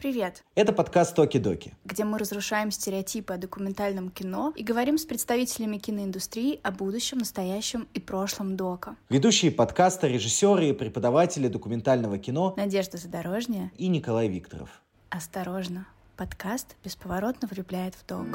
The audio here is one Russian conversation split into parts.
Привет! Это подкаст «Токи-доки», где мы разрушаем стереотипы о документальном кино и говорим с представителями киноиндустрии о будущем, настоящем и прошлом дока. Ведущие подкаста, режиссеры и преподаватели документального кино Надежда Задорожняя и Николай Викторов. Осторожно, подкаст бесповоротно влюбляет в док.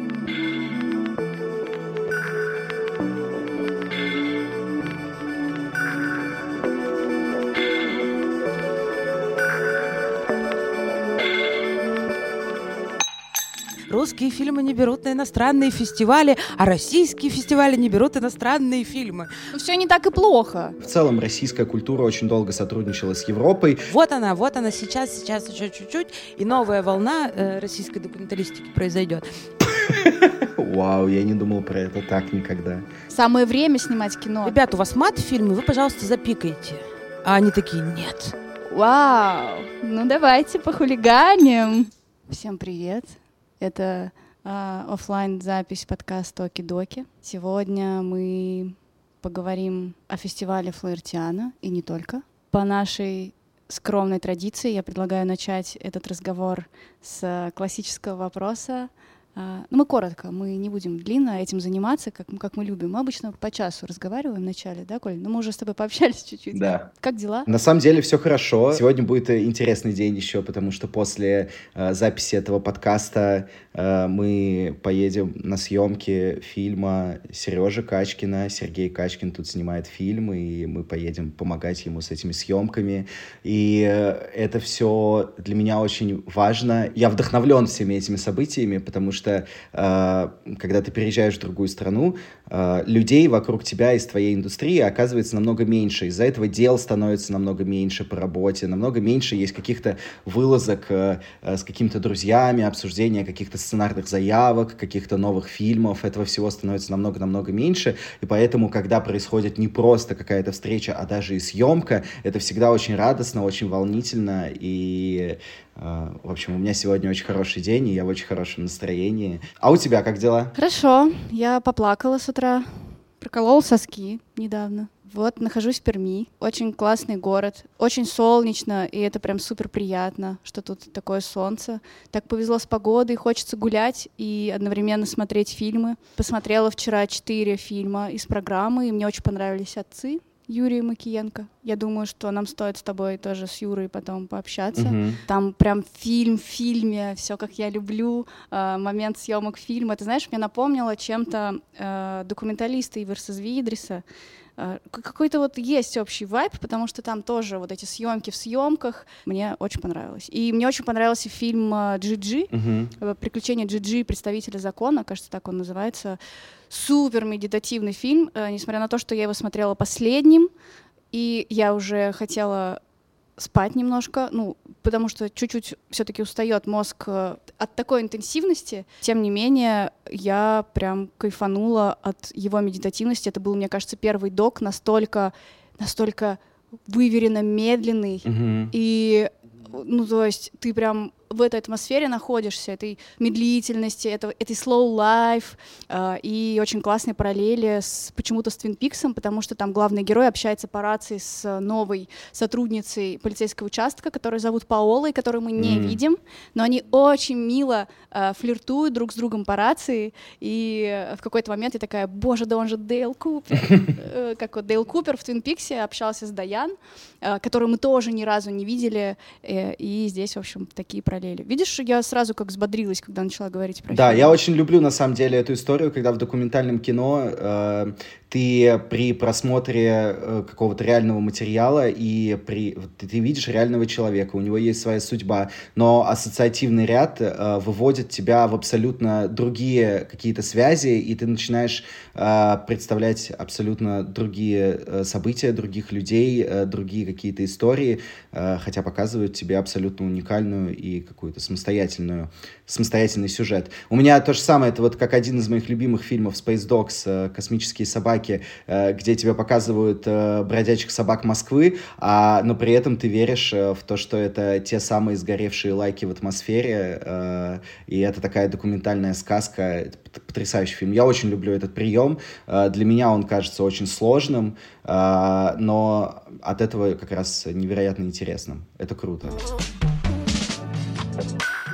Русские фильмы не берут на иностранные фестивали, а российские фестивали не берут иностранные фильмы. Ну, все не так и плохо. В целом российская культура очень долго сотрудничала с Европой. Вот она, сейчас еще чуть-чуть, и новая волна российской документалистики произойдет. Вау, я не думал про это так никогда. Самое время снимать кино. Ребят, у вас мат в фильме, вы, пожалуйста, запикайте. А они такие, нет. Вау, ну давайте похулиганим. Всем привет. Это офлайн запись подкаста «Токи-доки». Сегодня мы поговорим о фестивале Флаертиана, и не только. По нашей скромной традиции я предлагаю начать этот разговор с классического вопроса. Мы коротко, мы не будем длинно этим заниматься, как мы любим. Мы обычно по часу разговариваем вначале, да, Коль? Но мы уже с тобой пообщались чуть-чуть. Да. Как дела? На самом деле все хорошо. Сегодня будет интересный день еще, потому что после записи этого подкаста мы поедем на съемки фильма Сережи Качкина. Сергей Качкин тут снимает фильм, и мы поедем помогать ему с этими съемками. И это все для меня очень важно. Я вдохновлен всеми этими событиями, потому что когда ты переезжаешь в другую страну, людей вокруг тебя из твоей индустрии оказывается намного меньше. Из-за этого дел становится намного меньше по работе, намного меньше есть каких-то вылазок с какими-то друзьями, обсуждения каких-то сценарных заявок, каких-то новых фильмов. Этого всего становится намного-намного меньше. И поэтому, когда происходит не просто какая-то встреча, а даже и съемка, это всегда очень радостно, очень волнительно. И, в общем, у меня сегодня очень хороший день, и я в очень хорошем настроении. А у тебя как дела? Хорошо. Я поплакала с утра, проколола соски недавно. Вот, нахожусь в Перми. Очень классный город, очень солнечно, и это прям супер приятно, что тут такое солнце. Так повезло с погодой, хочется гулять и одновременно смотреть фильмы. Посмотрела вчера 4 фильма из программы, и мне очень понравились «Отцы» Юрия Макиенко. Я думаю, что нам стоит с тобой тоже с Юрой потом пообщаться. Там прям фильм в фильме, все как я люблю, момент съемок фильма. Ты знаешь, мне напомнило чем-то документалиста Иверса Звидриса. Какой-то вот есть общий вайб, потому что там тоже вот эти съемки в съемках. Мне очень понравилось. И мне очень понравился фильм «Джи-Джи», «Приключения Джи-Джи. Представителя закона», кажется, так он называется. Супер медитативный фильм, несмотря на то, что я его смотрела последним, и я уже хотела спать немножко, потому что чуть-чуть все-таки устает мозг от такой интенсивности. Тем не менее, я прям кайфанула от его медитативности. Это был, мне кажется, первый док настолько выверенно медленный. И, то есть ты прям в этой атмосфере находишься, этой медлительности, этой slow life, и очень классные параллели почему-то с Твин Пиксом, потому что там главный герой общается по рации с новой сотрудницей полицейского участка, которую зовут Паолой, которую мы не видим, но они очень мило флиртуют друг с другом по рации, и в какой-то момент я такая, боже, да он же Дейл Купер. Как вот Дейл Купер в Твин Пиксе общался с Дайан, которую мы тоже ни разу не видели, и здесь, в общем, такие параллели. Видишь, я сразу как взбодрилась, когда начала говорить про фильм. Да, я очень люблю, на самом деле, эту историю, когда в документальном кино ты при просмотре какого-то реального материала ты видишь реального человека, у него есть своя судьба, но ассоциативный ряд выводит тебя в абсолютно другие какие-то связи, и ты начинаешь представлять абсолютно другие события, других людей, другие какие-то истории, хотя показывают тебе абсолютно уникальную и какую-то самостоятельный сюжет. У меня то же самое, это вот как один из моих любимых фильмов Space Dogs «Космические собаки», где тебе показывают бродячих собак Москвы, но при этом ты веришь в то, что это те самые сгоревшие лайки в атмосфере, и это такая документальная сказка. Это потрясающий фильм. Я очень люблю этот прием. Для меня он кажется очень сложным, но от этого как раз невероятно интересным. Это круто.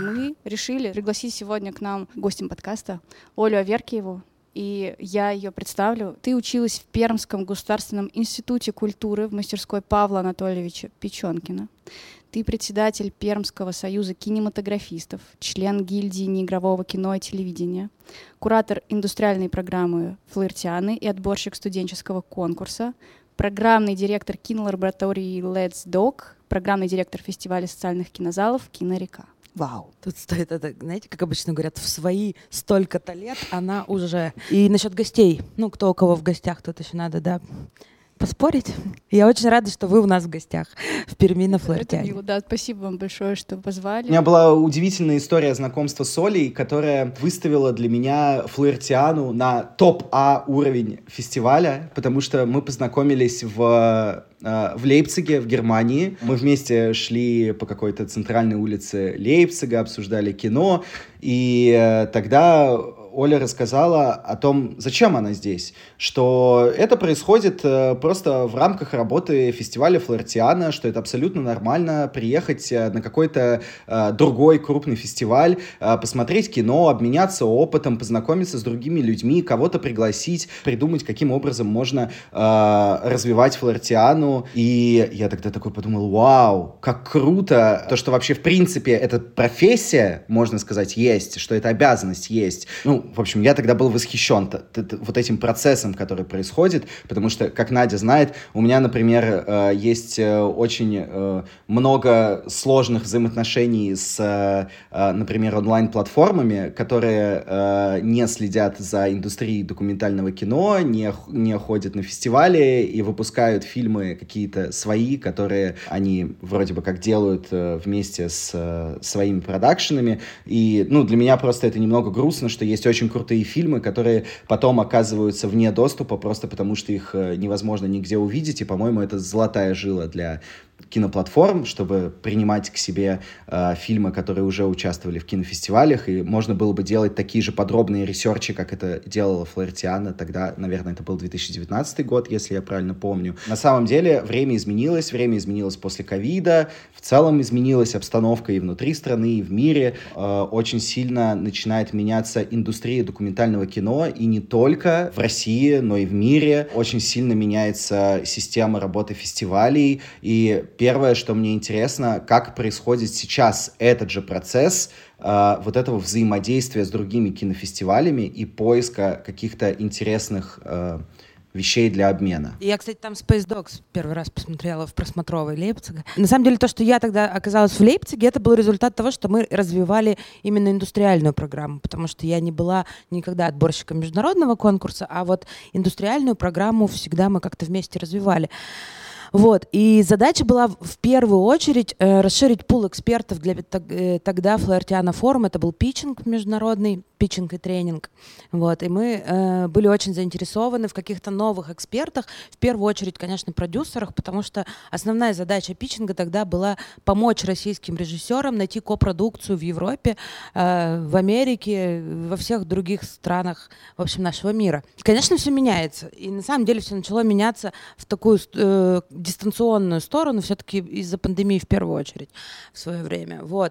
мы решили пригласить сегодня к нам гостем подкаста Олю Аверкиеву, и я ее представлю. Ты училась в Пермском государственном институте культуры в мастерской Павла Анатольевича Печенкина. Ты председатель Пермского союза кинематографистов, член гильдии неигрового кино и телевидения, куратор индустриальной программы «Флиртианы» и отборщик студенческого конкурса, программный директор кинолаборатории Let's Dog, программный директор фестиваля социальных кинозалов «Кинорека». Вау. Тут стоит это, знаете, как обычно говорят, в свои столько-то лет она уже... И насчет гостей. Ну, кто у кого в гостях, тут еще надо, да, поспорить. Я очень рада, что вы у нас в гостях в Перми на Флиртиане. Это мило, да. Спасибо вам большое, что позвали. У меня была удивительная история знакомства с Олей, которая выставила для меня Флиртиану на топ-А уровень фестиваля, потому что мы познакомились в Лейпциге, в Германии. Мы вместе шли по какой-то центральной улице Лейпцига, обсуждали кино, и тогда Оля рассказала о том, зачем она здесь, что это происходит просто в рамках работы фестиваля Флиртиана, что это абсолютно нормально приехать на какой-то другой крупный фестиваль, посмотреть кино, обменяться опытом, познакомиться с другими людьми, кого-то пригласить, придумать, каким образом можно развивать Флиртиану. И я тогда такой подумал, вау, как круто, то, что вообще в принципе эта профессия, можно сказать, есть, что эта обязанность есть. Ну, в общем, я тогда был восхищен вот этим процессом, который происходит, потому что, как Надя знает, у меня, например, есть очень много сложных взаимоотношений с, например, онлайн-платформами, которые не следят за индустрией документального кино, не ходят на фестивали и выпускают фильмы какие-то свои, которые они вроде бы как делают вместе с своими продакшенами. И, ну, для меня просто это немного грустно, что есть очень крутые фильмы, которые потом оказываются вне доступа просто потому, что их невозможно нигде увидеть, и, по-моему, это золотая жила для киноплатформ, чтобы принимать к себе фильмы, которые уже участвовали в кинофестивалях, и можно было бы делать такие же подробные ресерчи, как это делала Флиртиана. Тогда, наверное, это был 2019 год, если я правильно помню. На самом деле время изменилось после ковида, в целом изменилась обстановка и внутри страны, и в мире. Очень сильно начинает меняться индустрия документального кино, и не только в России, но и в мире. Очень сильно меняется система работы фестивалей, и первое, что мне интересно, как происходит сейчас этот же процесс вот этого взаимодействия с другими кинофестивалями и поиска каких-то интересных вещей для обмена. Я, кстати, там Space Dogs первый раз посмотрела в просмотровой Лейпцига. На самом деле, то, что я тогда оказалась в Лейпциге, это был результат того, что мы развивали именно индустриальную программу, потому что я не была никогда отборщиком международного конкурса, а вот индустриальную программу всегда мы как-то вместе развивали. Вот. И задача была в первую очередь расширить пул экспертов для тогда Флиртиана форум. Это был питчинг международный, питчинг и тренинг. Вот. И мы были очень заинтересованы в каких-то новых экспертах, в первую очередь, конечно, продюсерах, потому что основная задача питчинга тогда была помочь российским режиссерам найти копродукцию в Европе, в Америке, во всех других странах, в общем, нашего мира. Конечно, все меняется. И на самом деле все начало меняться в такую дистанционную сторону, все-таки из-за пандемии в первую очередь в свое время. Вот.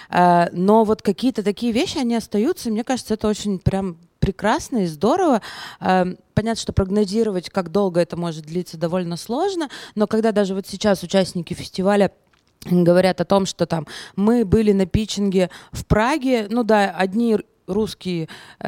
Но вот какие-то такие вещи, они остаются, и мне кажется, это очень прям прекрасно и здорово. Понятно, что прогнозировать, как долго это может длиться, довольно сложно, но когда даже вот сейчас участники фестиваля говорят о том, что там мы были на питчинге в Праге, ну да, одни русские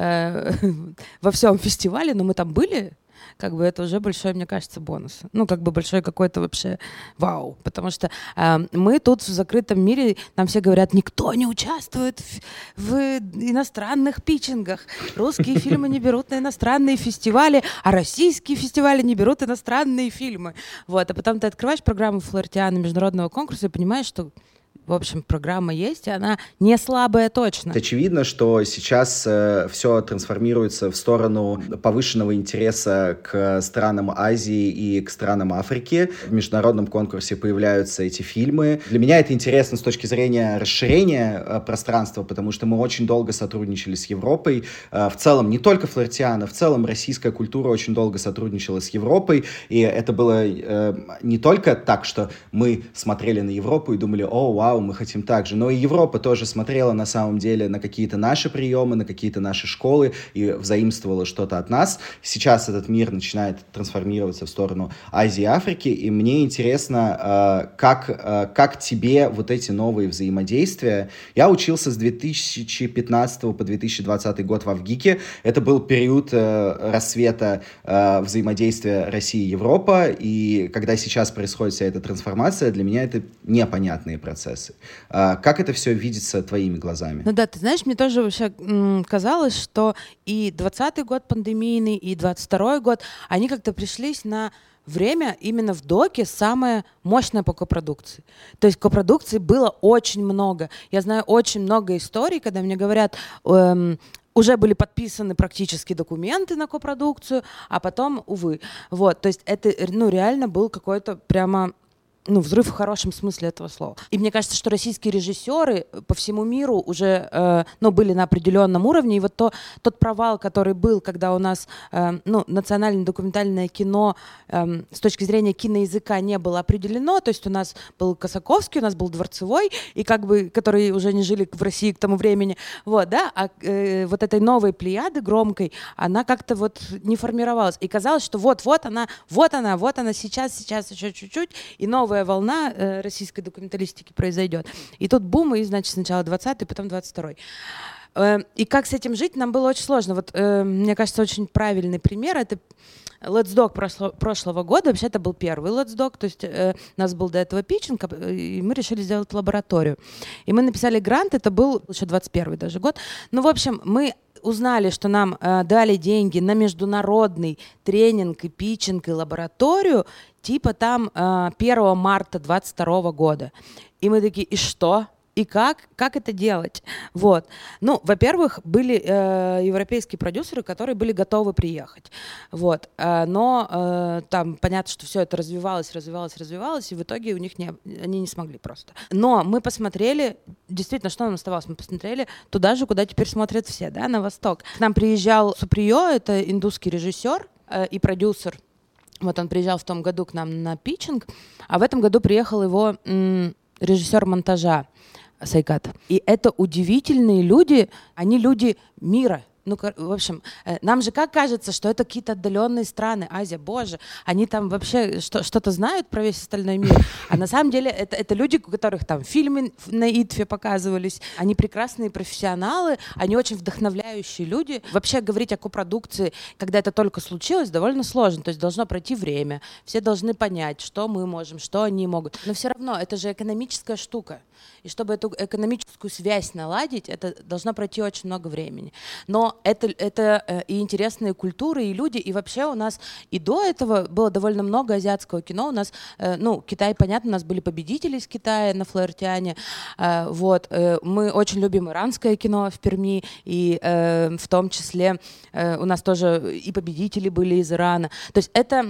во всем фестивале, но мы там были, как бы это уже большой, мне кажется, бонус. Ну, как бы большой какой-то вообще вау. Потому что мы тут в закрытом мире, нам все говорят, никто не участвует в иностранных питчингах. Русские фильмы не берут на иностранные фестивали, а российские фестивали не берут иностранные фильмы. Вот. А потом ты открываешь программу Флиртиана международного конкурса и понимаешь, что в общем, программа есть, и она не слабая точно. Очевидно, что сейчас все трансформируется в сторону повышенного интереса к странам Азии и к странам Африки. В международном конкурсе появляются эти фильмы. Для меня это интересно с точки зрения расширения пространства, потому что мы очень долго сотрудничали с Европой. В целом, не только Флиртиана, в целом российская культура очень долго сотрудничала с Европой, и это было не только так, что мы смотрели на Европу и думали, о, вау, вау, мы хотим так же. Но и Европа тоже смотрела на самом деле на какие-то наши приемы, на какие-то наши школы и взаимствовала что-то от нас. Сейчас этот мир начинает трансформироваться в сторону Азии и Африки, и мне интересно, как тебе вот эти новые взаимодействия. Я учился с 2015 по 2020 год в Авгике. Это был период рассвета взаимодействия России и Европа, и когда сейчас происходит вся эта трансформация, для меня это непонятные процессы. Как это все видится твоими глазами? Ну да, ты знаешь, мне тоже вообще казалось, что и 20-й год пандемийный, и 22-й год, они как-то пришлись на время именно в доке самое мощное по копродукции. То есть копродукции было очень много. Я знаю очень много историй, когда мне говорят, уже были подписаны практически документы на копродукцию, а потом, увы. Вот, то есть это, реально был какой-то прямо взрыв в хорошем смысле этого слова. И мне кажется, что российские режиссеры по всему миру уже были на определенном уровне. И вот тот провал, который был, когда у нас национальное документальное кино с точки зрения киноязыка не было определено. То есть у нас был Косаковский, у нас был Дворцевой, и которые уже не жили в России к тому времени. Вот, да? А вот этой новой плеяды громкой, она как-то вот не формировалась. И казалось, что вот она сейчас еще чуть-чуть, и новая волна российской документалистики произойдет. И тут бум, и, значит, сначала 20-й, потом 22-й. И как с этим жить, нам было очень сложно. Вот, мне кажется, очень правильный пример — это Let's Doc прошлого года. Вообще, это был первый Let's Doc, то есть у нас был до этого питчинг, и мы решили сделать лабораторию. И мы написали грант, это был еще 21-й даже год. Ну, в общем, мы узнали, что нам дали деньги на международный тренинг и питчинг и лабораторию, типа там 1 марта 22 года. И мы такие, и что? И как это делать? Вот. Ну, во-первых, были европейские продюсеры, которые были готовы приехать. Вот. Но там понятно, что все это развивалось, и в итоге у них они не смогли просто. Но мы посмотрели, действительно, что нам оставалось? Мы посмотрели туда же, куда теперь смотрят все, да, на восток. К нам приезжал Суприо, это индусский режиссер и продюсер. Вот он приезжал в том году к нам на питчинг, а в этом году приехал его режиссер монтажа Сайкат. И это удивительные люди, они люди мира. Ну, в общем, нам же как кажется, что это какие-то отдаленные страны, Азия, боже, они там вообще что-то знают про весь остальной мир, а на самом деле это люди, у которых там фильмы на ИТФе показывались, они прекрасные профессионалы, они очень вдохновляющие люди. Вообще говорить о копродукции, когда это только случилось, довольно сложно, то есть должно пройти время, все должны понять, что мы можем, что они могут, но все равно это же экономическая штука, и чтобы эту экономическую связь наладить, это должно пройти очень много времени. Но это и интересные культуры, и люди, и вообще у нас и до этого было довольно много азиатского кино. У нас, Китай, понятно, у нас были победители из Китая на Флаертиане. Вот. Мы очень любим иранское кино в Перми, и в том числе у нас тоже и победители были из Ирана. То есть это...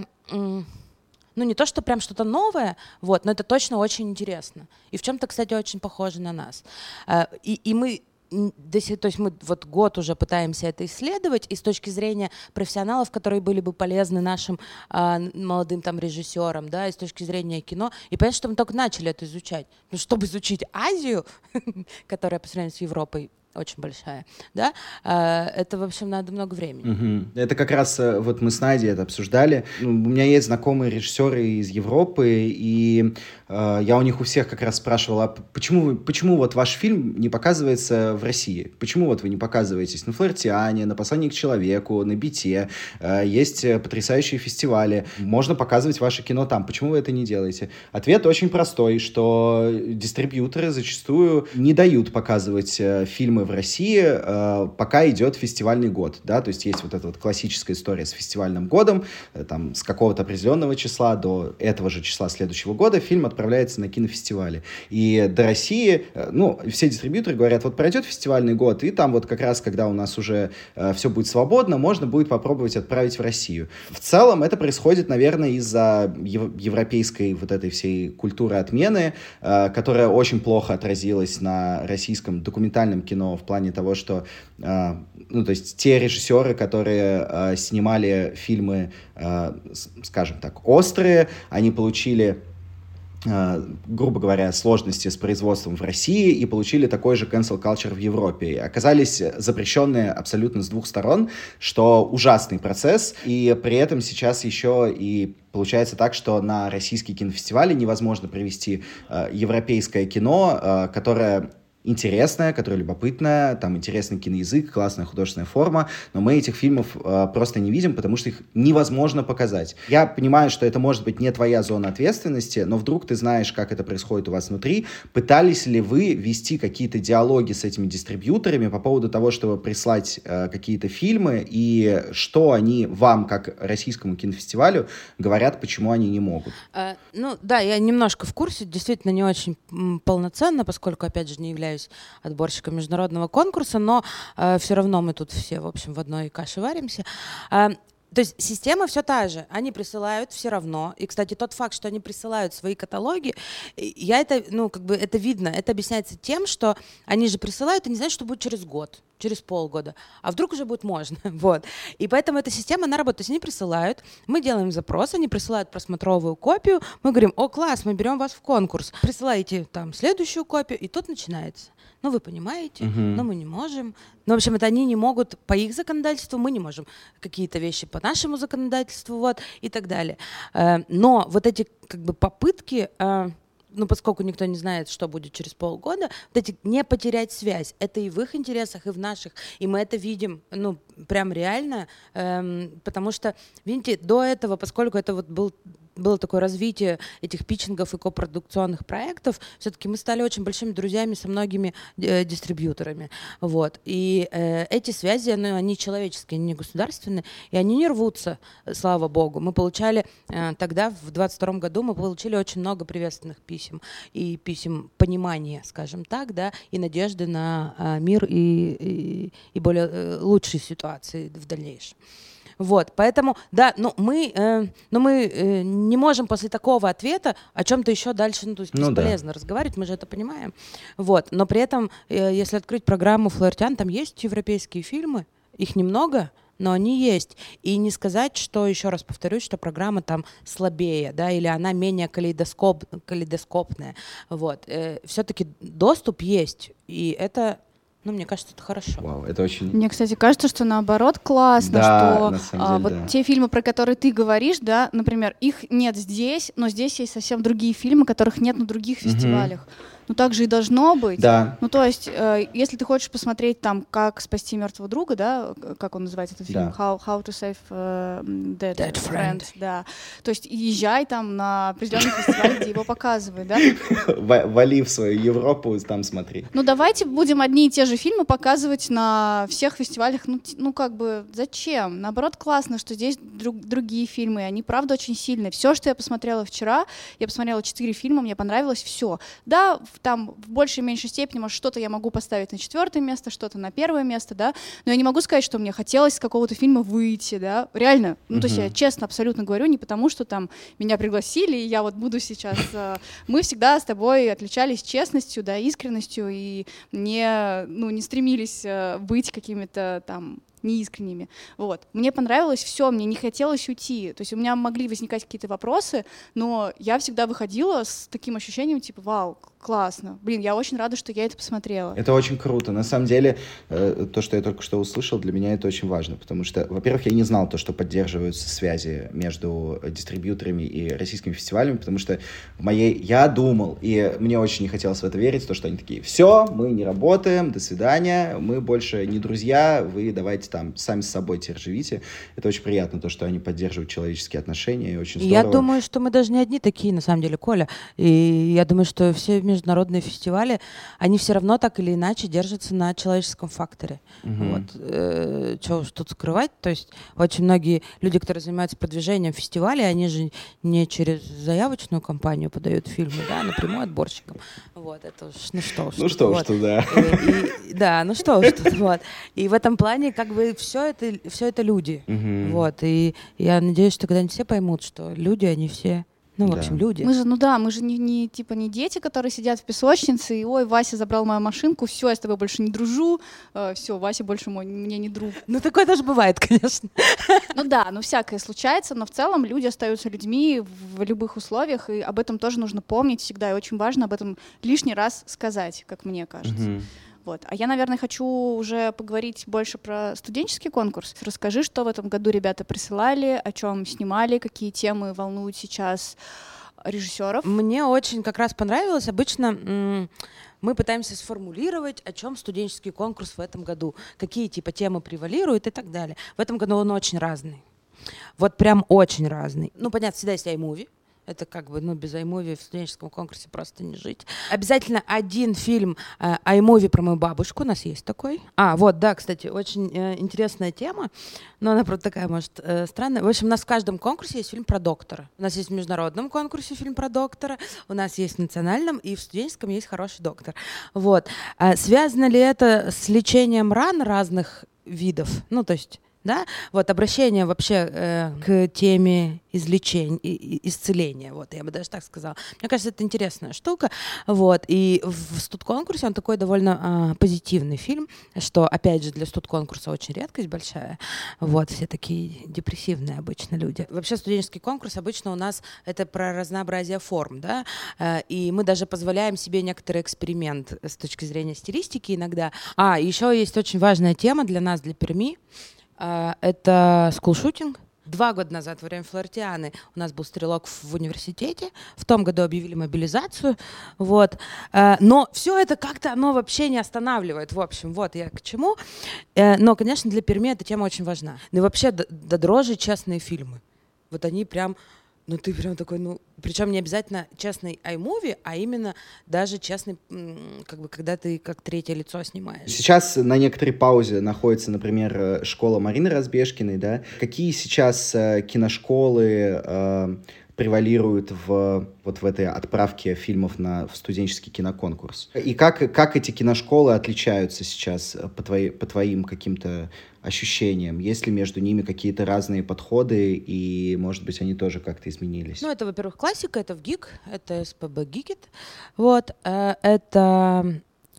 не то, что прям что-то новое, вот, но это точно очень интересно. И в чем-то, кстати, очень похоже на нас. И мы... То есть мы вот год уже пытаемся это исследовать, и с точки зрения профессионалов, которые были бы полезны нашим молодым там режиссерам, да, и с точки зрения кино. И понятно, что мы только начали это изучать. Ну, чтобы изучить Азию, которая по сравнению с Европой очень большая, да, это, в общем, надо много времени. Это как раз вот мы с Надей это обсуждали. У меня есть знакомые режиссеры из Европы, и я у них у всех как раз спрашивал, а почему вот ваш фильм не показывается в России? Почему вот вы не показываетесь на Флаертиане, на «Послании к человеку», на «Бите»? Есть потрясающие фестивали. Можно показывать ваше кино там. Почему вы это не делаете? Ответ очень простой, что дистрибьюторы зачастую не дают показывать фильмы в России, пока идет фестивальный год, да, то есть есть вот эта вот классическая история с фестивальным годом, там с какого-то определенного числа до этого же числа следующего года фильм отправляется на кинофестивали. И до России, все дистрибьюторы говорят, вот пройдет фестивальный год, и там вот как раз, когда у нас уже все будет свободно, можно будет попробовать отправить в Россию. В целом это происходит, наверное, из-за европейской вот этой всей культуры отмены, которая очень плохо отразилась на российском документальном кино в плане того, что, то есть те режиссеры, которые снимали фильмы, скажем так, острые, они получили грубо говоря, сложности с производством в России и получили такой же cancel culture в Европе. Оказались запрещенные абсолютно с двух сторон, что ужасный процесс, и при этом сейчас еще и получается так, что на российские кинофестивали невозможно провести европейское кино, которое интересная, которая любопытная, там интересный киноязык, классная художественная форма, но мы этих фильмов просто не видим, потому что их невозможно показать. Я понимаю, что это может быть не твоя зона ответственности, но вдруг ты знаешь, как это происходит у вас внутри. Пытались ли вы вести какие-то диалоги с этими дистрибьюторами по поводу того, чтобы прислать какие-то фильмы, и что они вам, как российскому кинофестивалю, говорят, почему они не могут? Ну да, я немножко в курсе, действительно не очень полноценно, поскольку, опять же, не являюсь отборщиком международного конкурса, но все равно мы тут все, в общем, в одной каше варимся. То есть система все та же, они присылают все равно. И, кстати, тот факт, что они присылают свои каталоги, я это, ну, как бы это видно, это объясняется тем, что они же присылают и не знают, что будет через год, через полгода, а вдруг уже будет можно, вот. И поэтому эта система, она работает. То есть они присылают, мы делаем запрос, они присылают просмотровую копию, мы говорим: о, класс, мы берем вас в конкурс, присылайте там следующую копию, и тут начинается. Ну, вы понимаете, но мы не можем. Ну, в общем, это они не могут по их законодательству, мы не можем какие-то вещи по нашему законодательству, вот, и так далее. Но вот эти, как бы, попытки, ну, поскольку никто не знает, что будет через полгода, вот эти не потерять связь, это и в их интересах, и в наших, и мы это видим, ну, прям реально, потому что, видите, до этого, поскольку это вот было такое развитие этих питчингов и копродукционных проектов, все-таки мы стали очень большими друзьями со многими дистрибьюторами. Вот. И эти связи, ну, они человеческие, они не государственные, и они не рвутся, слава богу. Мы получали тогда, в 2022 году, мы получили очень много приветственных писем, и писем понимания, скажем так, да, и надежды на мир и более лучшие ситуации в дальнейшем. Вот, поэтому, да, мы не можем после такого ответа о чем-то еще дальше, ну, то есть бесполезно разговаривать, мы же это понимаем. Вот, но при этом, если открыть программу Флаертян, там есть европейские фильмы, их немного, но они есть. И не сказать, что, еще раз повторюсь, что программа там слабее, да, или она менее калейдоскопная. Вот. Все-таки доступ есть, и это... Ну, мне кажется, это хорошо. Вау, это очень... Мне, кстати, кажется, что наоборот классно, да, что на самом деле, вот да. те фильмы, про которые ты говоришь, да, например, их нет здесь, но здесь есть совсем другие фильмы, которых нет на других фестивалях. Ну, так же и должно быть. Да. Ну, то есть, если ты хочешь посмотреть там, как спасти мертвого друга, да, как он называется, этот фильм, да. How to Save Dead Friend, да. То есть, езжай там на определенный фестиваль, где его показывают, да. Вали в свою Европу, там смотри. Ну, давайте будем одни и те же фильмы показывать на всех фестивалях. Ну, как бы, зачем? Наоборот, классно, что здесь другие фильмы, и они, правда, очень сильные. Все, что я посмотрела вчера, я посмотрела 4 фильма, мне понравилось все. Да, там в большей и меньшей степени, может, что-то я могу поставить на 4-е место, что-то на 1-е место, да, но я не могу сказать, что мне хотелось с какого-то фильма выйти, да, реально, ну, то есть я честно абсолютно говорю, не потому что там меня пригласили, и я вот буду сейчас... Мы всегда с тобой отличались честностью, да, искренностью, и не стремились быть какими-то там неискренними. Вот. Мне понравилось все, мне не хотелось уйти. То есть у меня могли возникать какие-то вопросы, но я всегда выходила с таким ощущением, типа, вау, классно. Блин, я очень рада, что я это посмотрела. Это очень круто. На самом деле, то, что я только что услышал, для меня это очень важно, потому что, во-первых, я не знал то, что поддерживаются связи между дистрибьюторами и российскими фестивалями, потому что я думал, и мне очень не хотелось в это верить, то, что они такие: все, мы не работаем, до свидания, мы больше не друзья, вы давайте там сами с собой теперь живите. Это очень приятно, то, что они поддерживают человеческие отношения, и очень здорово. Я думаю, что мы даже не одни такие, на самом деле, Коля. И я думаю, что все международные фестивали, они все равно так или иначе держатся на человеческом факторе. Вот. Чего уж тут скрывать. То есть очень многие люди, которые занимаются продвижением фестиваля, они же не через заявочную кампанию подают фильмы, да, напрямую отборщикам. Вот, это уж, да. Да, ну что уж тут, вот. И в этом плане, как бы, все это люди. Вот. И я надеюсь, что когда-нибудь все поймут, что люди, они все Ну, в общем, люди. Мы же не дети, которые сидят в песочнице, и, ой, Вася забрал мою машинку, все, я с тобой больше не дружу, все, Вася больше мне не друг. Ну, такое тоже бывает, конечно. Всякое случается, но в целом люди остаются людьми в любых условиях, и об этом тоже нужно помнить всегда, и очень важно об этом лишний раз сказать, как мне кажется. Вот. А я, наверное, хочу уже поговорить больше про студенческий конкурс. Расскажи, что в этом году ребята присылали, о чем снимали, какие темы волнуют сейчас режиссеров. Мне очень как раз понравилось. Обычно мы пытаемся сформулировать, о чем студенческий конкурс в этом году, какие типа темы превалируют и так далее. В этом году он очень разный. Вот прям очень разный. Ну, понятно, всегда есть iMovie. Это как бы, без iMovie в студенческом конкурсе просто не жить. Обязательно один фильм iMovie про мою бабушку. У нас есть такой. Кстати, очень интересная тема, но она просто такая, может, странная. В общем, у нас в каждом конкурсе есть фильм про доктора. У нас есть в международном конкурсе фильм про доктора, у нас есть в национальном, и в студенческом есть хороший доктор. Вот. Связано ли это с лечением ран разных видов? Ну, то есть... Да? Вот обращение вообще к теме излечения, исцеления, вот, я бы даже так сказала. Мне кажется, это интересная штука, вот, и в студконкурсе он такой довольно позитивный фильм, что, опять же, для студконкурса очень редкость большая, вот, все такие депрессивные обычно люди. Вообще студенческий конкурс обычно у нас это про разнообразие форм, да, и мы даже позволяем себе некоторый эксперимент с точки зрения стилистики иногда. Еще есть очень важная тема для нас, для Перми. Это скулшутинг. 2 года назад, во время Флоретианы, у нас был стрелок в университете. В том году объявили мобилизацию. Вот. Но все это как-то оно вообще не останавливает. В общем, вот я к чему. Но, конечно, для Перми эта тема очень важна. Ну и вообще до дрожи честные фильмы. Вот они прям... ты прям такой, причем не обязательно честный iMovie, а именно даже честный, как бы, когда ты как третье лицо снимаешь. Сейчас на некоторой паузе находится, например, школа Марины Разбежкиной, да? Какие сейчас киношколы превалируют в этой отправке фильмов в студенческий киноконкурс? И как эти киношколы отличаются сейчас по твоим каким-то ощущениям? Есть ли между ними какие-то разные подходы, и, может быть, они тоже как-то изменились? Это, во-первых, классика, это ВГИК, это СПБ ГИКИТ, вот, это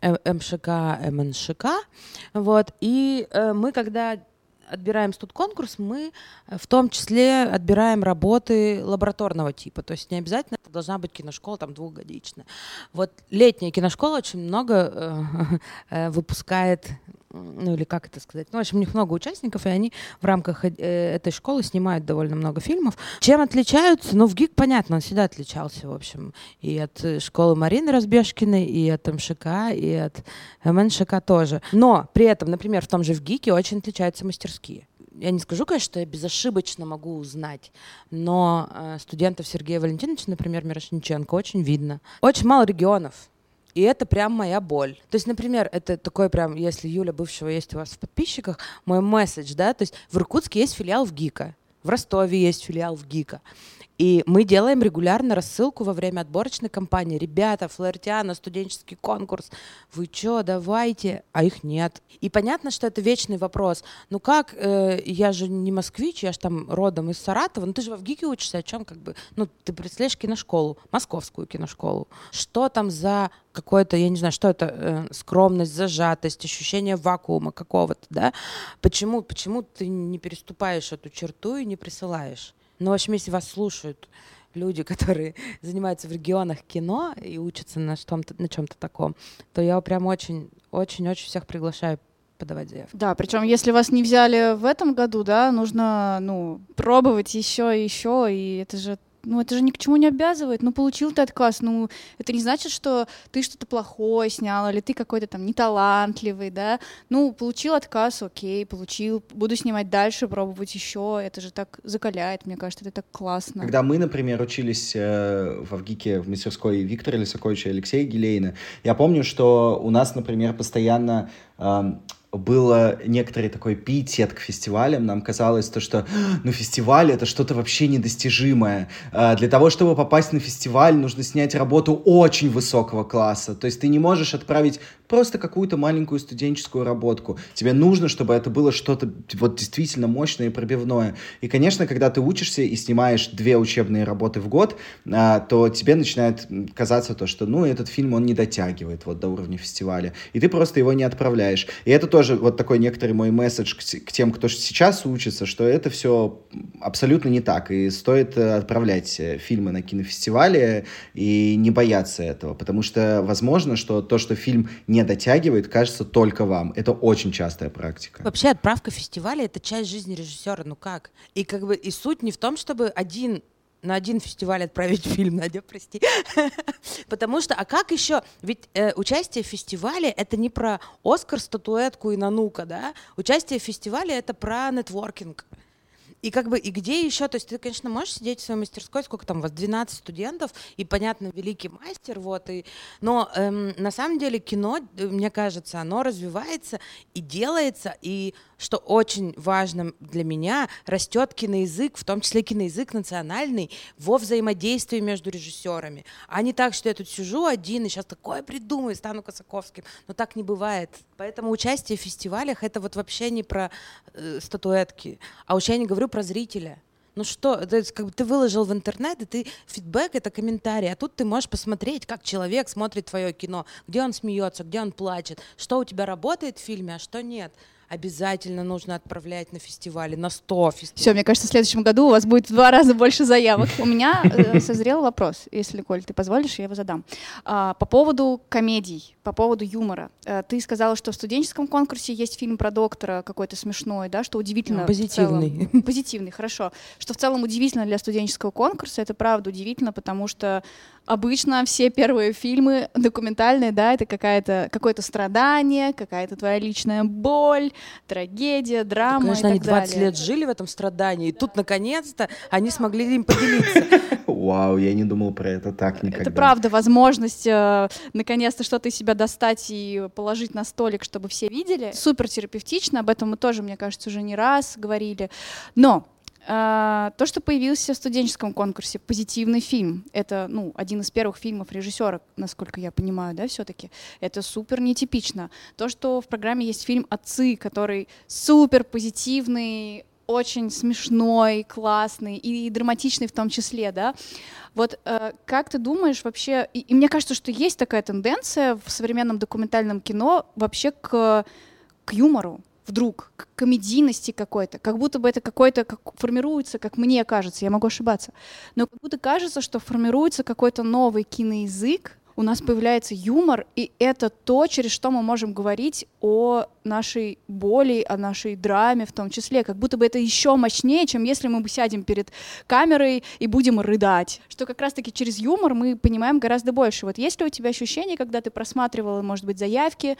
МШК, МНШК, вот, и мы, когда отбираем студконкурс, мы в том числе отбираем работы лабораторного типа. То есть не обязательно это должна быть киношкола там 2-годичная. Вот летняя киношкола очень много выпускает, или как это сказать, в общем, у них много участников, и они в рамках этой школы снимают довольно много фильмов. Чем отличаются? В ГИК, понятно, он всегда отличался, в общем, и от школы Марины Разбежкиной, и от МШК, и от МНШК тоже. Но при этом, например, в том же в ГИКе очень отличаются мастерские. Я не скажу, конечно, что я безошибочно могу узнать, но студентов Сергея Валентиновича, например, Мирошниченко, очень видно. Очень мало регионов. И это прям моя боль. То есть, например, это такой прям, если Юля бывшего есть у вас в подписчиках, мой месседж, да, то есть в Иркутске есть филиал ВГИКа, в Ростове есть филиал ВГИКа. И мы делаем регулярно рассылку во время отборочной кампании. Ребята, Флоретиана, студенческий конкурс. Вы чё, давайте? А их нет. И понятно, что это вечный вопрос. Как? Я же не москвич, я же там родом из Саратова. Ты же в ВГИКе учишься, о чем как бы? Ты представляешь киношколу, московскую киношколу. Что там за какое-то, я не знаю, что это, скромность, зажатость, ощущение вакуума какого-то, да? Почему ты не переступаешь эту черту и не присылаешь? В общем, если вас слушают люди, которые занимаются в регионах кино и учатся на чем-то таком, то я прям очень-очень всех приглашаю подавать заявку. Да, причем если вас не взяли в этом году, да, нужно, пробовать еще и еще, и это же ни к чему не обязывает. Получил ты отказ, это не значит, что ты что-то плохое снял, или ты какой-то там неталантливый, да. Получил отказ, окей, получил, буду снимать дальше, пробовать еще. Это же так закаляет, мне кажется, это так классно. Когда мы, например, учились в ВГИКе в мастерской Виктора Лисаковича и Алексея Гилейна, я помню, что у нас, например, постоянно было некоторый такой пиетет к фестивалям. Нам казалось, что фестиваль — это что-то вообще недостижимое. Для того, чтобы попасть на фестиваль, нужно снять работу очень высокого класса. То есть ты не можешь отправить просто какую-то маленькую студенческую работку. Тебе нужно, чтобы это было что-то вот действительно мощное и пробивное. И, конечно, когда ты учишься и снимаешь 2 учебные работы в год, то тебе начинает казаться то, что, этот фильм, он не дотягивает вот до уровня фестиваля. И ты просто его не отправляешь. И это тоже вот такой некоторый мой месседж к тем, кто сейчас учится, что это все абсолютно не так. И стоит отправлять фильмы на кинофестивале и не бояться этого. Потому что возможно, что то, что фильм не дотягивает, кажется только вам. Это очень частая практика. Вообще отправка фестиваля — это часть жизни режиссера. Ну как? И и суть не в том, чтобы на один фестиваль отправить фильм, Надя, прости. Потому что, а как еще? Ведь участие в фестивале — это не про Оскар, статуэтку и нанука, да? Участие в фестивале — это про нетворкинг. И и где еще, то есть ты, конечно, можешь сидеть в своей мастерской, сколько там у вас, 12 студентов, и, понятно, великий мастер, но на самом деле кино, мне кажется, оно развивается и делается, и, что очень важно для меня, растет киноязык, в том числе киноязык национальный, во взаимодействии между режиссерами, а не так, что я тут сижу один и сейчас такое придумаю, стану Косаковским, но так не бывает. Поэтому участие в фестивалях — это вот вообще не про статуэтки, а уж я не говорю про зрителя. Ну что, то есть, ты выложил в интернет, и фидбэк — это комментарий, а тут ты можешь посмотреть, как человек смотрит твое кино, где он смеется, где он плачет, что у тебя работает в фильме, а что нет. Обязательно нужно отправлять на фестивали, на 100 фестивалей. Все, мне кажется, в следующем году у вас будет в 2 раза больше заявок. У меня созрел вопрос, если, Коль, ты позволишь, я его задам. По поводу комедий, по поводу юмора. Ты сказала, что в студенческом конкурсе есть фильм про доктора какой-то смешной, да, что удивительно. Позитивный. Позитивный, хорошо. Что в целом удивительно для студенческого конкурса, это правда удивительно, потому что обычно все первые фильмы документальные, да, это какое-то страдание, какая-то твоя личная боль, трагедия, драма. Конечно, и они так 20 далее. лет жили в этом страдании, и тут, наконец-то, они смогли им поделиться. Вау, я не думал про это так никогда. Это правда возможность наконец-то что-то из себя достать и положить на столик, чтобы все видели. Супер терапевтично, об этом мы тоже, мне кажется, уже не раз говорили. Но то, что появился в студенческом конкурсе, позитивный фильм, это, один из первых фильмов режиссера, насколько я понимаю, да, все-таки, это супер нетипично. То, что в программе есть фильм «Отцы», который супер позитивный, очень смешной, классный и драматичный в том числе, да. Вот как ты думаешь вообще, и мне кажется, что есть такая тенденция в современном документальном кино вообще к юмору, вдруг, к комедийности какой-то, как будто бы это формируется, как мне кажется, я могу ошибаться, но как будто кажется, что формируется какой-то новый киноязык, у нас появляется юмор, и это то, через что мы можем говорить о нашей боли, о нашей драме в том числе, как будто бы это еще мощнее, чем если мы сядем перед камерой и будем рыдать, что как раз-таки через юмор мы понимаем гораздо больше. Вот есть ли у тебя ощущение, когда ты просматривала, может быть, заявки,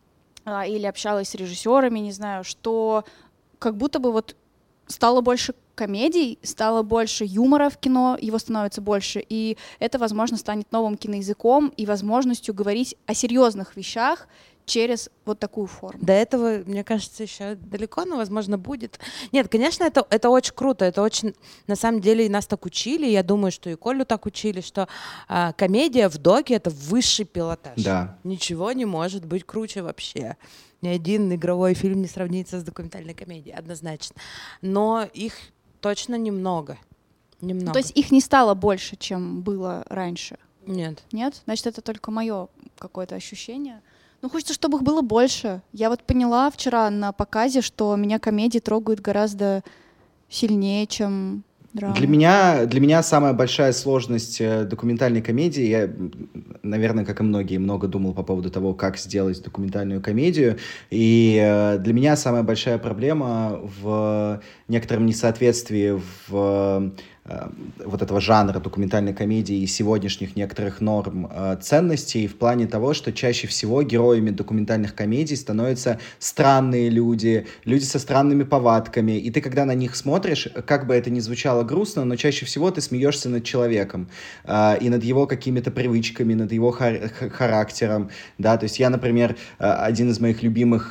или общалась с режиссерами, не знаю, что как будто бы вот стало больше комедий, стало больше юмора в кино, его становится больше, и это, возможно, станет новым киноязыком и возможностью говорить о серьезных вещах через вот такую форму. До этого, мне кажется, еще далеко, но, возможно, будет. Нет, конечно, это очень круто, это очень, на самом деле, и нас так учили, я думаю, что и Колю так учили, что комедия в доке — это высший пилотаж. Да. Ничего не может быть круче вообще. Ни один игровой фильм не сравнится с документальной комедией, однозначно. Но их точно немного. То есть их не стало больше, чем было раньше? Нет. Нет? Значит, это только мое какое-то ощущение. Хочется, чтобы их было больше. Я вот поняла вчера на показе, что меня комедии трогают гораздо сильнее, чем драма. Для меня самая большая сложность документальной комедии, я, наверное, как и многие, много думал по поводу того, как сделать документальную комедию, и для меня самая большая проблема в некотором несоответствии в вот этого жанра документальной комедии и сегодняшних некоторых норм ценностей в плане того, что чаще всего героями документальных комедий становятся странные люди со странными повадками, и ты, когда на них смотришь, как бы это ни звучало грустно, но чаще всего ты смеешься над человеком и над его какими-то привычками, над его характером, да, то есть я, например, одна из моих любимых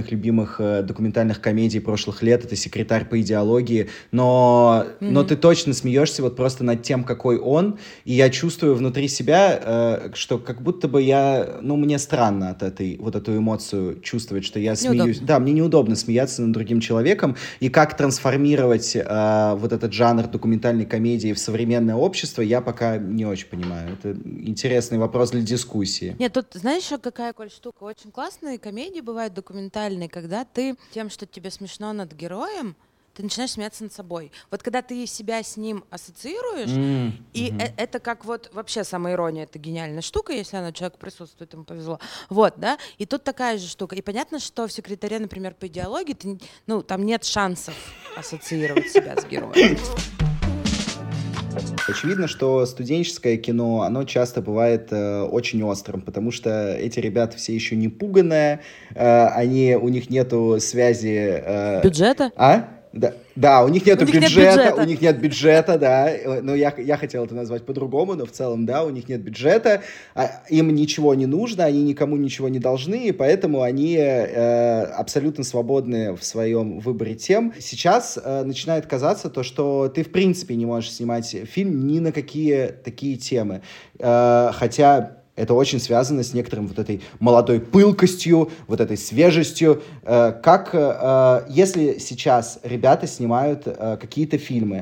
документальных комедий прошлых лет — это «Секретарь по идеологии», но ты точно смеешься вот просто над тем, какой он, и я чувствую внутри себя, что как будто бы мне странно от эту эмоцию чувствовать, что я смеюсь. Да, мне неудобно смеяться над другим человеком, и как трансформировать вот этот жанр документальной комедии в современное общество, я пока не очень понимаю. Это интересный вопрос для дискуссии. Нет, тут знаешь, еще какая, Коль, штука? Очень классные комедии бывают документальные, когда ты тем, что тебе смешно над героем, ты начинаешь смеяться над собой. Вот когда ты себя с ним ассоциируешь, и это как вот вообще самоирония, это гениальная штука, если она человеку присутствует, ему повезло. Вот, да? И тут такая же штука. И понятно, что в секретаре, например, по идеологии, там нет шансов ассоциировать себя с героем. Очевидно, что студенческое кино, оно часто бывает очень острым, потому что эти ребята все еще не пуганые, у них нету связи... Бюджета? Да, у них нет бюджета, да, но я хотел это назвать по-другому, но в целом, да, у них нет бюджета, им ничего не нужно, они никому ничего не должны, и поэтому они абсолютно свободны в своем выборе тем. Сейчас начинает казаться то, что ты в принципе не можешь снимать фильм ни на какие такие темы, хотя... Это очень связано с некоторым вот этой молодой пылкостью, вот этой свежестью. Если сейчас ребята снимают какие-то фильмы,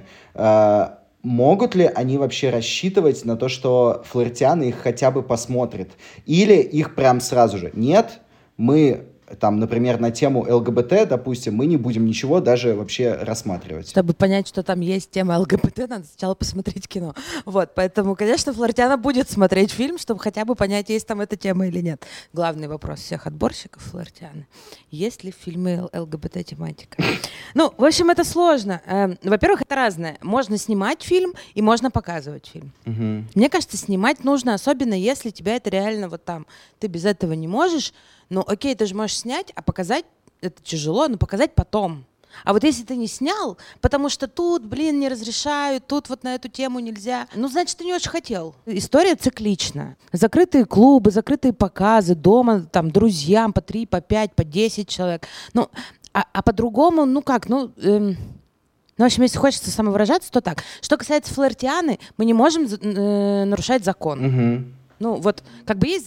могут ли они вообще рассчитывать на то, что флиртяны их хотя бы посмотрят? Или их прям сразу же? Нет, мы... Там, например, на тему ЛГБТ, допустим, мы не будем ничего даже вообще рассматривать. Чтобы понять, что там есть тема ЛГБТ, надо сначала посмотреть кино. Вот, поэтому, конечно, флиртяна будет смотреть фильм, чтобы хотя бы понять, есть там эта тема или нет. Главный вопрос всех отборщиков флиртяны. Есть ли в фильме ЛГБТ-тематика? Ну, в общем, это сложно. Во-первых, это разное. Можно снимать фильм и можно показывать фильм. Мне кажется, снимать нужно, особенно если тебя это реально вот там, ты без этого не можешь. Ну, окей, ты же можешь снять, а показать это тяжело, но показать потом. А вот если ты не снял, потому что тут, не разрешают, тут вот на эту тему нельзя, ну, значит, ты не очень хотел. История циклична. Закрытые клубы, закрытые показы, дома, там, друзьям по 3, по 5, по 10 человек. Ну, а по-другому, в общем, если хочется самовыражаться, то так. Что касается флиртианы, мы не можем нарушать закон. Ну, вот, как бы есть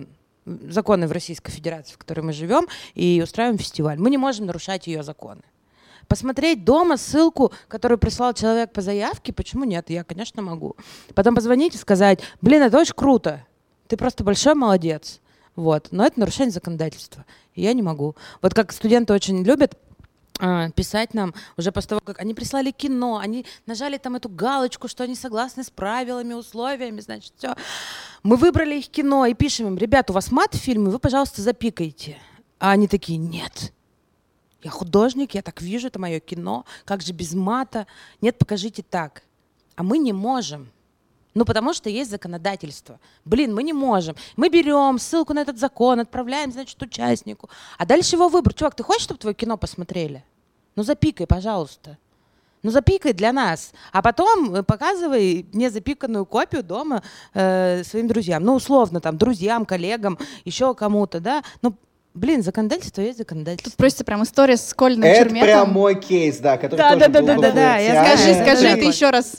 законы в Российской Федерации, в которой мы живем, и устраиваем фестиваль. Мы не можем нарушать ее законы. Посмотреть дома ссылку, которую прислал человек по заявке, почему нет? Я, конечно, могу. Потом позвонить и сказать, это очень круто, ты просто большой молодец. Вот. Но это нарушение законодательства, и я не могу. Вот как студенты очень любят писать нам уже после того, как они прислали кино, они нажали там эту галочку, что они согласны с правилами, условиями, значит, все. Мы выбрали их кино и пишем им, ребят, у вас мат в фильме, вы, пожалуйста, запикайте. А они такие, нет, я художник, я так вижу, это мое кино, как же без мата? Нет, покажите так. А мы не можем. Ну, потому что есть законодательство. Мы не можем. Мы берем ссылку на этот закон, отправляем, значит, участнику. А дальше его выбор. Чувак, ты хочешь, чтобы твое кино посмотрели? Ну, запикай, пожалуйста. Ну, запикай для нас. А потом показывай незапиканную копию дома своим друзьям. Ну, условно, там, друзьям, коллегам, еще кому-то, да. Ну, законодательство есть законодательство. Тут просто прям история с школьным черметом. Это черметом. прям мой кейс, да, который тоже был. Да. Скажи это еще раз.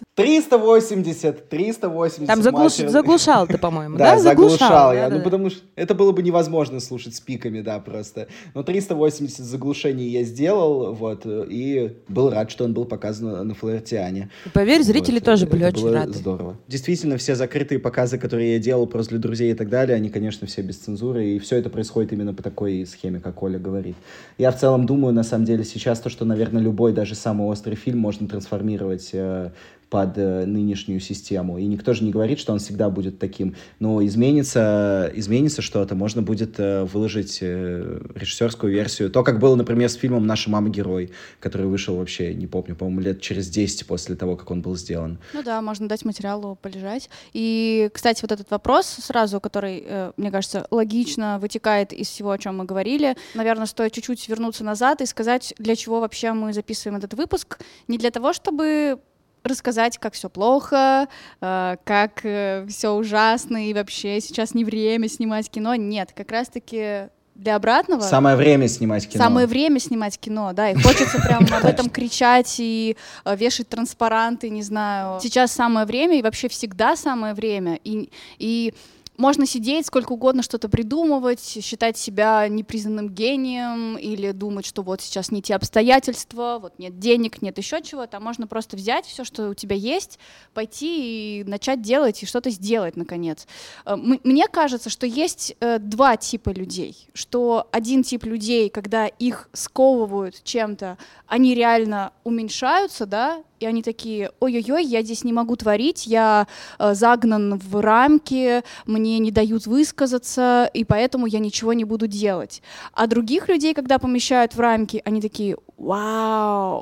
380. Там заглушал ты, по-моему, да? Да, заглушал я. Да. Потому что это было бы невозможно слушать с пиками, да, просто. Но 380 заглушений я сделал, вот, и был рад, что он был показан на Флиртиане. И поверь, зрители тоже были очень рады. Здорово. Действительно, все закрытые показы, которые я делал просто для друзей и так далее, они, конечно, все без цензуры, и все это происходит именно по такой схеме, как Оля говорит. Я в целом думаю, на самом деле, сейчас то, что, наверное, любой, даже самый острый фильм можно трансформировать под нынешнюю систему. И никто же не говорит, что он всегда будет таким. Но изменится что-то. Можно будет выложить режиссерскую версию. То, как было, например, с фильмом «Наша мама герой», который вышел вообще, не помню, по-моему, лет через 10 после того, как он был сделан. Ну да, можно дать материалу полежать. И, кстати, вот этот вопрос сразу, который, мне кажется, логично вытекает из всего, о чем мы говорили. Наверное, стоит чуть-чуть вернуться назад и сказать, для чего вообще мы записываем этот выпуск. Не для того, чтобы рассказать, как все плохо, как все ужасно и вообще сейчас не время снимать кино. Нет, как раз-таки для обратного. Самое время снимать кино. Самое время снимать кино, да, и хочется прям об этом кричать и вешать транспаранты, не знаю. Сейчас самое время, и вообще всегда самое время, и можно сидеть, сколько угодно что-то придумывать, считать себя непризнанным гением или думать, что вот сейчас не те обстоятельства, вот нет денег, нет еще чего-то, а можно просто взять все, что у тебя есть, пойти и начать делать, и что-то сделать, наконец. Мне кажется, что есть два типа людей, что один тип людей, когда их сковывают чем-то, они реально уменьшаются, да, и они такие: ой-ой-ой, я здесь не могу творить, я загнан в рамки, мне не дают высказаться, и поэтому я ничего не буду делать. А других людей, когда помещают в рамки, они такие: вау,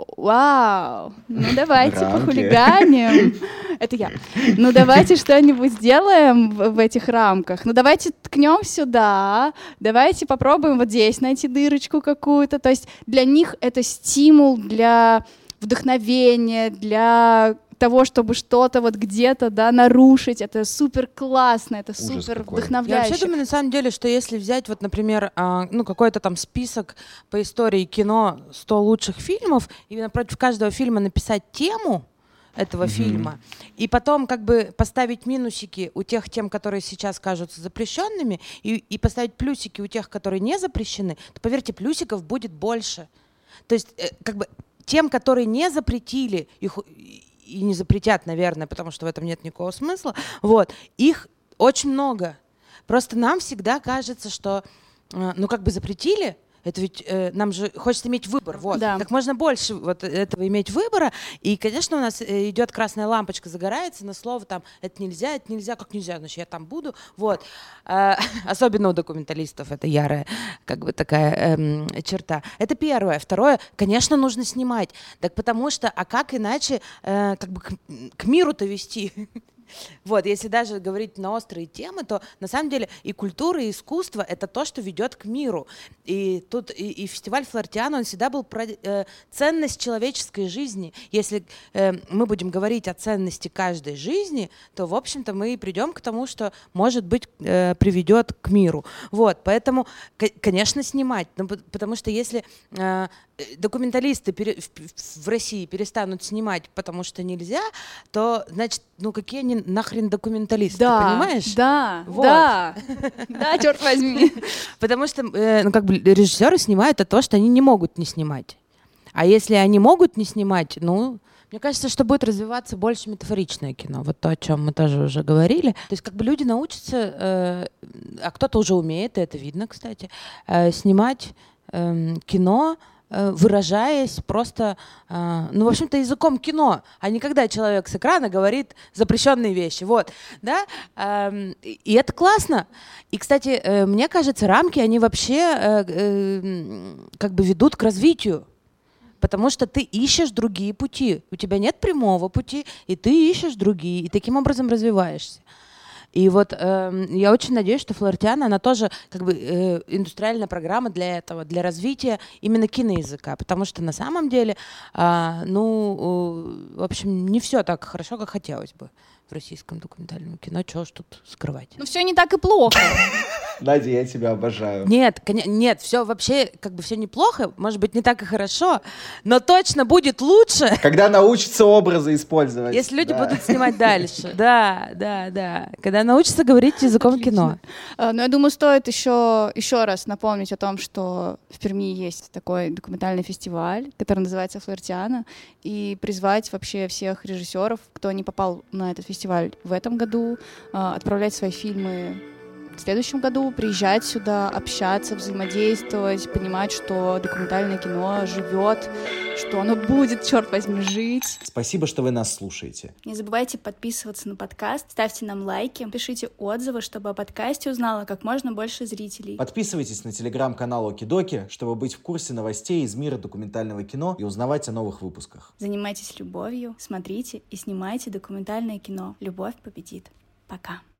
ну давайте похулиганим. Это я. Ну давайте что-нибудь сделаем в этих рамках. Ну давайте ткнем сюда, давайте попробуем вот здесь найти дырочку какую-то. То есть для них это стимул для вдохновения, для того, чтобы что-то вот где-то, да, нарушить. Это супер классно, это супер вдохновляюще. Я вообще думаю, на самом деле, что если взять, вот, например, какой-то там список по истории кино 100 лучших фильмов, и напротив каждого фильма написать тему этого фильма, и потом как бы поставить минусики у тех тем, которые сейчас кажутся запрещенными, и поставить плюсики у тех, которые не запрещены, то, поверьте, плюсиков будет больше. То есть как бы тем, которые не запретили, их и не запретят, наверное, потому что в этом нет никакого смысла, вот, их очень много. Просто нам всегда кажется, что, как бы запретили, это ведь нам же хочется иметь выбор, вот, да. Как можно больше вот этого иметь выбора, и, конечно, у нас идет красная лампочка, загорается на слово там это нельзя, как нельзя, значит, я там буду, вот. Особенно у документалистов это ярая, как бы такая черта. Это первое. Второе, конечно, нужно снимать, так потому что, а как иначе как бы к миру-то вести? Вот, если даже говорить на острые темы, то на самом деле и культура, и искусство — это то, что ведет к миру. И тут и фестиваль Флоретиано, он всегда был про ценность человеческой жизни. Если мы будем говорить о ценности каждой жизни, то, в общем-то, мы придем к тому, что, может быть, приведет к миру. Вот, поэтому, конечно, снимать. Потому что если документалисты в России перестанут снимать, потому что нельзя, то, значит, какие они нахрен документалисты, понимаешь? Да, вот. да, черт возьми. Потому что, режиссеры снимают то, что они не могут не снимать. А если они могут не снимать, мне кажется, что будет развиваться больше метафоричное кино. Вот то, о чем мы тоже уже говорили. То есть люди научатся, а кто-то уже умеет, и это видно, кстати, снимать кино, выражаясь просто, в общем-то, языком кино, а не когда человек с экрана говорит запрещенные вещи, вот, да, и это классно. И, кстати, мне кажется, рамки, они вообще как бы ведут к развитию, потому что ты ищешь другие пути, у тебя нет прямого пути, и ты ищешь другие, и таким образом развиваешься. И вот я очень надеюсь, что Флоретиано, она тоже как бы индустриальная программа для этого, для развития именно киноязыка, потому что на самом деле, в общем, не все так хорошо, как хотелось бы в российском документальном кино, чего ж тут скрывать. Все не так и плохо. Надя, я тебя обожаю. Нет, все вообще как бы все неплохо, может быть, не так и хорошо, но точно будет лучше. Когда научатся образы использовать. Если люди будут снимать дальше. Да. Когда научатся говорить языком кино. Но я думаю, стоит еще раз напомнить о том, что в Перми есть такой документальный фестиваль, который называется Флоретиано, и призвать вообще всех режиссеров, кто не попал на этот фестиваль в этом году, отправлять свои фильмы в следующем году, приезжать сюда, общаться, взаимодействовать, понимать, что документальное кино живет, что оно будет, черт возьми, жить. Спасибо, что вы нас слушаете. Не забывайте подписываться на подкаст, ставьте нам лайки, пишите отзывы, чтобы о подкасте узнало как можно больше зрителей. Подписывайтесь на телеграм-канал Окидоки, чтобы быть в курсе новостей из мира документального кино и узнавать о новых выпусках. Занимайтесь любовью, смотрите и снимайте документальное кино. Любовь победит. Пока.